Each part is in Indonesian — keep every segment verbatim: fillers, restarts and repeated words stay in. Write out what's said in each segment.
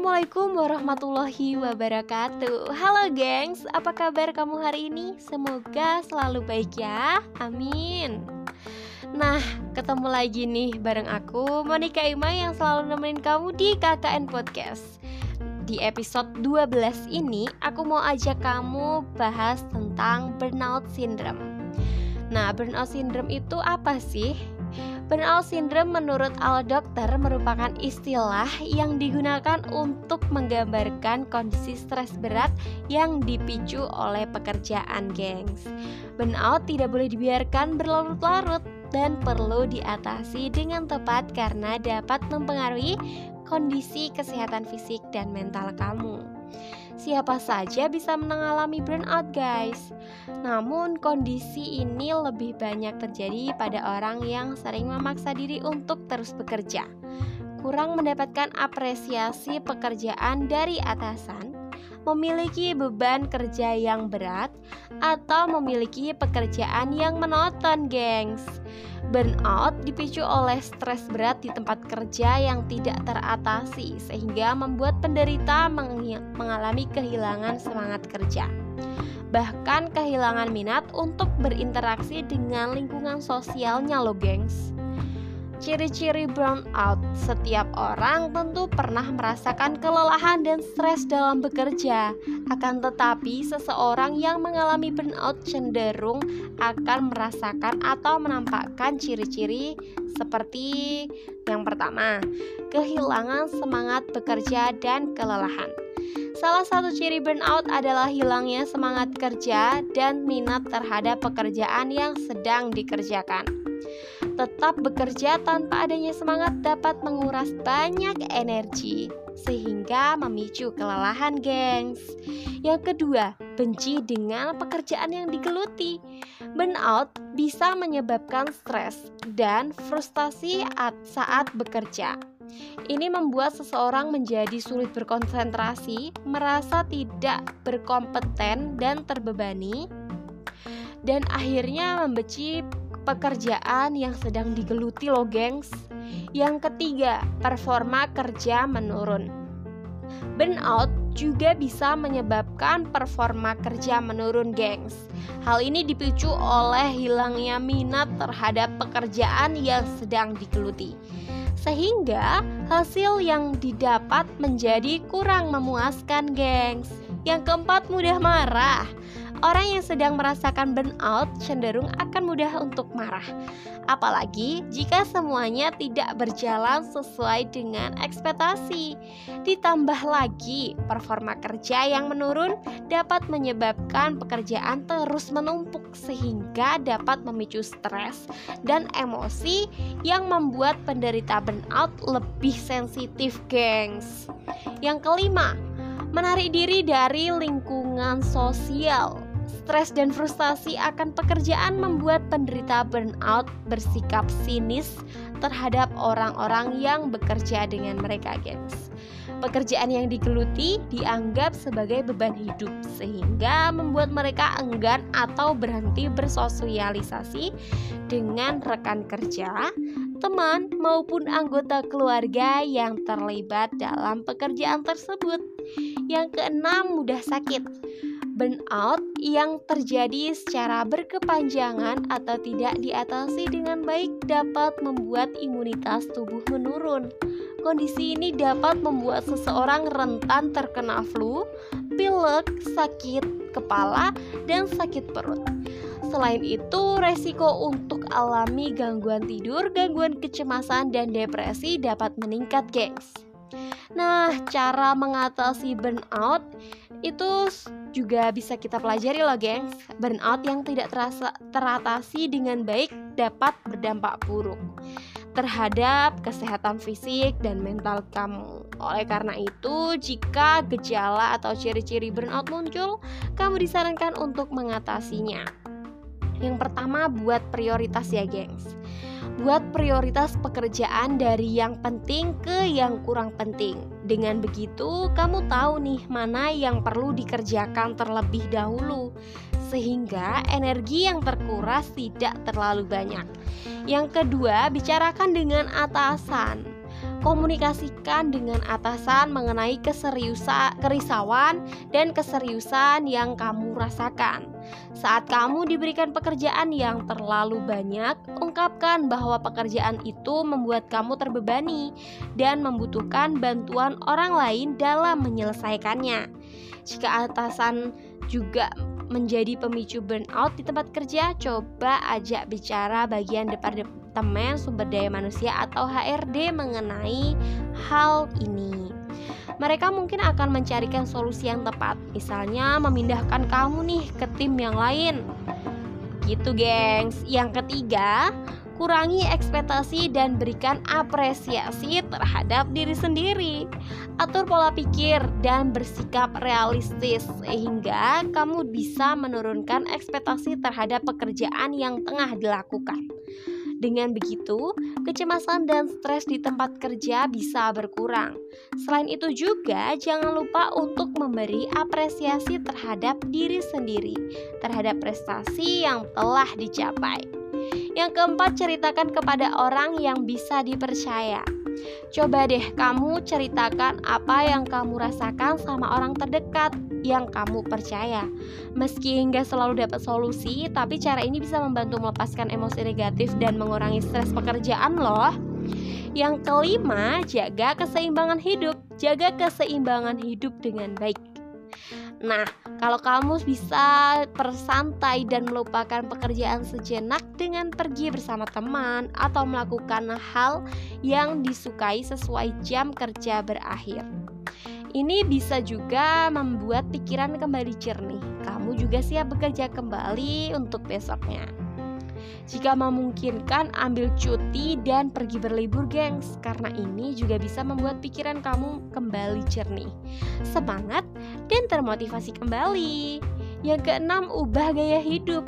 Assalamualaikum warahmatullahi wabarakatuh. Halo gengs, apa kabar kamu hari ini? Semoga selalu baik ya, amin. Nah, ketemu lagi nih bareng aku, Monica Ima, yang selalu nemenin kamu di K K N Podcast. Di episode dua belas ini, aku mau ajak kamu bahas tentang burnout syndrome. Nah, burnout syndrome itu apa sih? Burnout syndrome menurut ala dokter merupakan istilah yang digunakan untuk menggambarkan kondisi stres berat yang dipicu oleh pekerjaan, gengs. Burnout tidak boleh dibiarkan berlarut-larut dan perlu diatasi dengan tepat karena dapat mempengaruhi kondisi kesehatan fisik dan mental kamu. Siapa saja bisa mengalami burnout, guys. Namun kondisi ini lebih banyak terjadi pada orang yang sering memaksa diri untuk terus bekerja, kurang mendapatkan apresiasi pekerjaan dari atasan, memiliki beban kerja yang berat, atau memiliki pekerjaan yang monoton, gengs. Burnout dipicu oleh stres berat di tempat kerja yang tidak teratasi, sehingga membuat penderita meng- mengalami kehilangan semangat kerja, bahkan kehilangan minat untuk berinteraksi dengan lingkungan sosialnya loh, gengs. Ciri-ciri burnout: setiap orang tentu pernah merasakan kelelahan dan stres dalam bekerja. Akan tetapi, seseorang yang mengalami burnout cenderung akan merasakan atau menampakkan ciri-ciri seperti yang pertama, kehilangan semangat bekerja dan kelelahan. Salah satu ciri burnout adalah hilangnya semangat kerja dan minat terhadap pekerjaan yang sedang dikerjakan. Tetap bekerja tanpa adanya semangat dapat menguras banyak energi, sehingga memicu kelelahan, gengs. Yang kedua, benci dengan pekerjaan yang digeluti. Burnout bisa menyebabkan stres dan frustasi saat bekerja. Ini membuat seseorang menjadi sulit berkonsentrasi, merasa tidak berkompeten dan terbebani, dan akhirnya membenci pekerjaan yang sedang digeluti loh, gengs. Yang ketiga, performa kerja menurun. Burnout juga bisa menyebabkan performa kerja menurun, gengs. Hal ini dipicu oleh hilangnya minat terhadap pekerjaan yang sedang digeluti, sehingga hasil yang didapat menjadi kurang memuaskan, gengs. Yang keempat, mudah marah. Orang yang sedang merasakan burnout cenderung akan mudah untuk marah, apalagi jika semuanya tidak berjalan sesuai dengan ekspektasi. Ditambah lagi, performa kerja yang menurun dapat menyebabkan pekerjaan terus menumpuk, sehingga dapat memicu stres dan emosi yang membuat penderita burnout lebih sensitif, gengs. Yang kelima, menarik diri dari lingkungan sosial. Stres dan frustasi akan pekerjaan membuat penderita burnout bersikap sinis terhadap orang-orang yang bekerja dengan mereka, gengs. Pekerjaan yang digeluti dianggap sebagai beban hidup, sehingga membuat mereka enggan atau berhenti bersosialisasi dengan rekan kerja, teman, maupun anggota keluarga yang terlibat dalam pekerjaan tersebut. Yang keenam, mudah sakit. Burnout yang terjadi secara berkepanjangan atau tidak diatasi dengan baik dapat membuat imunitas tubuh menurun. Kondisi ini dapat membuat seseorang rentan terkena flu, pilek, sakit kepala, dan sakit perut. Selain itu, resiko untuk alami gangguan tidur, gangguan kecemasan, dan depresi dapat meningkat, gengs. Nah, cara mengatasi burnout itu juga bisa kita pelajari loh, gengs. Burnout yang tidak terasa, teratasi dengan baik dapat berdampak buruk terhadap kesehatan fisik dan mental kamu. Oleh karena itu, jika gejala atau ciri-ciri burnout muncul, kamu disarankan untuk mengatasinya. Yang pertama, buat prioritas ya, gengs. Buat prioritas pekerjaan dari yang penting ke yang kurang penting. Dengan begitu, kamu tahu nih mana yang perlu dikerjakan terlebih dahulu, sehingga energi yang terkuras tidak terlalu banyak. Yang kedua, bicarakan dengan atasan. Komunikasikan dengan atasan mengenai keseriusan, kerisauan dan keseriusan yang kamu rasakan. Saat kamu diberikan pekerjaan yang terlalu banyak, ungkapkan bahwa pekerjaan itu membuat kamu terbebani dan membutuhkan bantuan orang lain dalam menyelesaikannya. Jika atasan juga menjadi pemicu burnout di tempat kerja, coba ajak bicara bagian departemen sumber daya manusia atau H R D mengenai hal ini. Mereka mungkin akan mencarikan solusi yang tepat, misalnya memindahkan kamu nih ke tim yang lain. Gitu, gengs. Yang ketiga, kurangi ekspektasi dan berikan apresiasi terhadap diri sendiri. Atur pola pikir dan bersikap realistis sehingga kamu bisa menurunkan ekspektasi terhadap pekerjaan yang tengah dilakukan. Dengan begitu, kecemasan dan stres di tempat kerja bisa berkurang. Selain itu juga, jangan lupa untuk memberi apresiasi terhadap diri sendiri, terhadap prestasi yang telah dicapai. Yang keempat, ceritakan kepada orang yang bisa dipercaya. Coba deh kamu ceritakan apa yang kamu rasakan sama orang terdekat yang kamu percaya. Meski nggak selalu dapat solusi, tapi cara ini bisa membantu melepaskan emosi negatif dan mengurangi stres pekerjaan loh. Yang kelima, jaga keseimbangan hidup. Jaga keseimbangan hidup dengan baik. Nah, kalau kamu bisa bersantai dan melupakan pekerjaan sejenak dengan pergi bersama teman atau melakukan hal yang disukai sesuai jam kerja berakhir. Ini bisa juga membuat pikiran kembali jernih. Kamu juga siap bekerja kembali untuk besoknya. Jika memungkinkan, ambil cuti dan pergi berlibur, gengs. Karena ini juga bisa membuat pikiran kamu kembali jernih, semangat, dan termotivasi kembali. Yang keenam, ubah gaya hidup.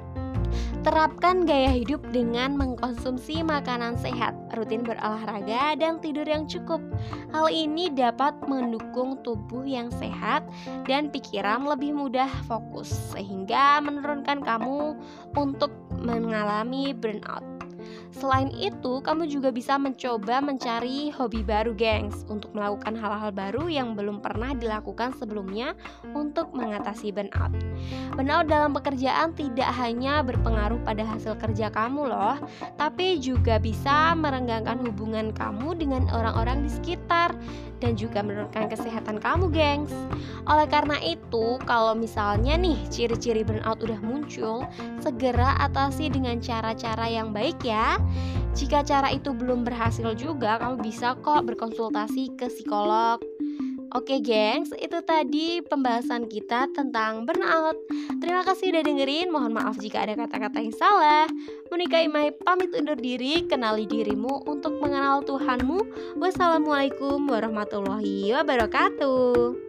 Terapkan gaya hidup dengan mengkonsumsi makanan sehat, rutin berolahraga, dan tidur yang cukup. Hal ini dapat mendukung tubuh yang sehat dan pikiran lebih mudah fokus, sehingga menurunkan kamu untuk mengalami burnout. Selain itu, kamu juga bisa mencoba mencari hobi baru, gengs, untuk melakukan hal-hal baru yang belum pernah dilakukan sebelumnya untuk mengatasi burnout. Burnout dalam pekerjaan tidak hanya berpengaruh pada hasil kerja kamu loh, tapi juga bisa merenggangkan hubungan kamu dengan orang-orang di sekitar dan juga menurunkan kesehatan kamu, gengs. Oleh karena itu, kalau misalnya nih ciri-ciri burnout udah muncul, segera atasi dengan cara-cara yang baik ya. Jika cara itu belum berhasil juga, kamu bisa kok berkonsultasi ke psikolog. Oke, gengs, itu tadi pembahasan kita tentang burnout. Terima kasih udah dengerin. Mohon maaf jika ada kata-kata yang salah. Monica Imai pamit undur diri. Kenali dirimu untuk mengenal Tuhanmu. Wassalamualaikum warahmatullahi wabarakatuh.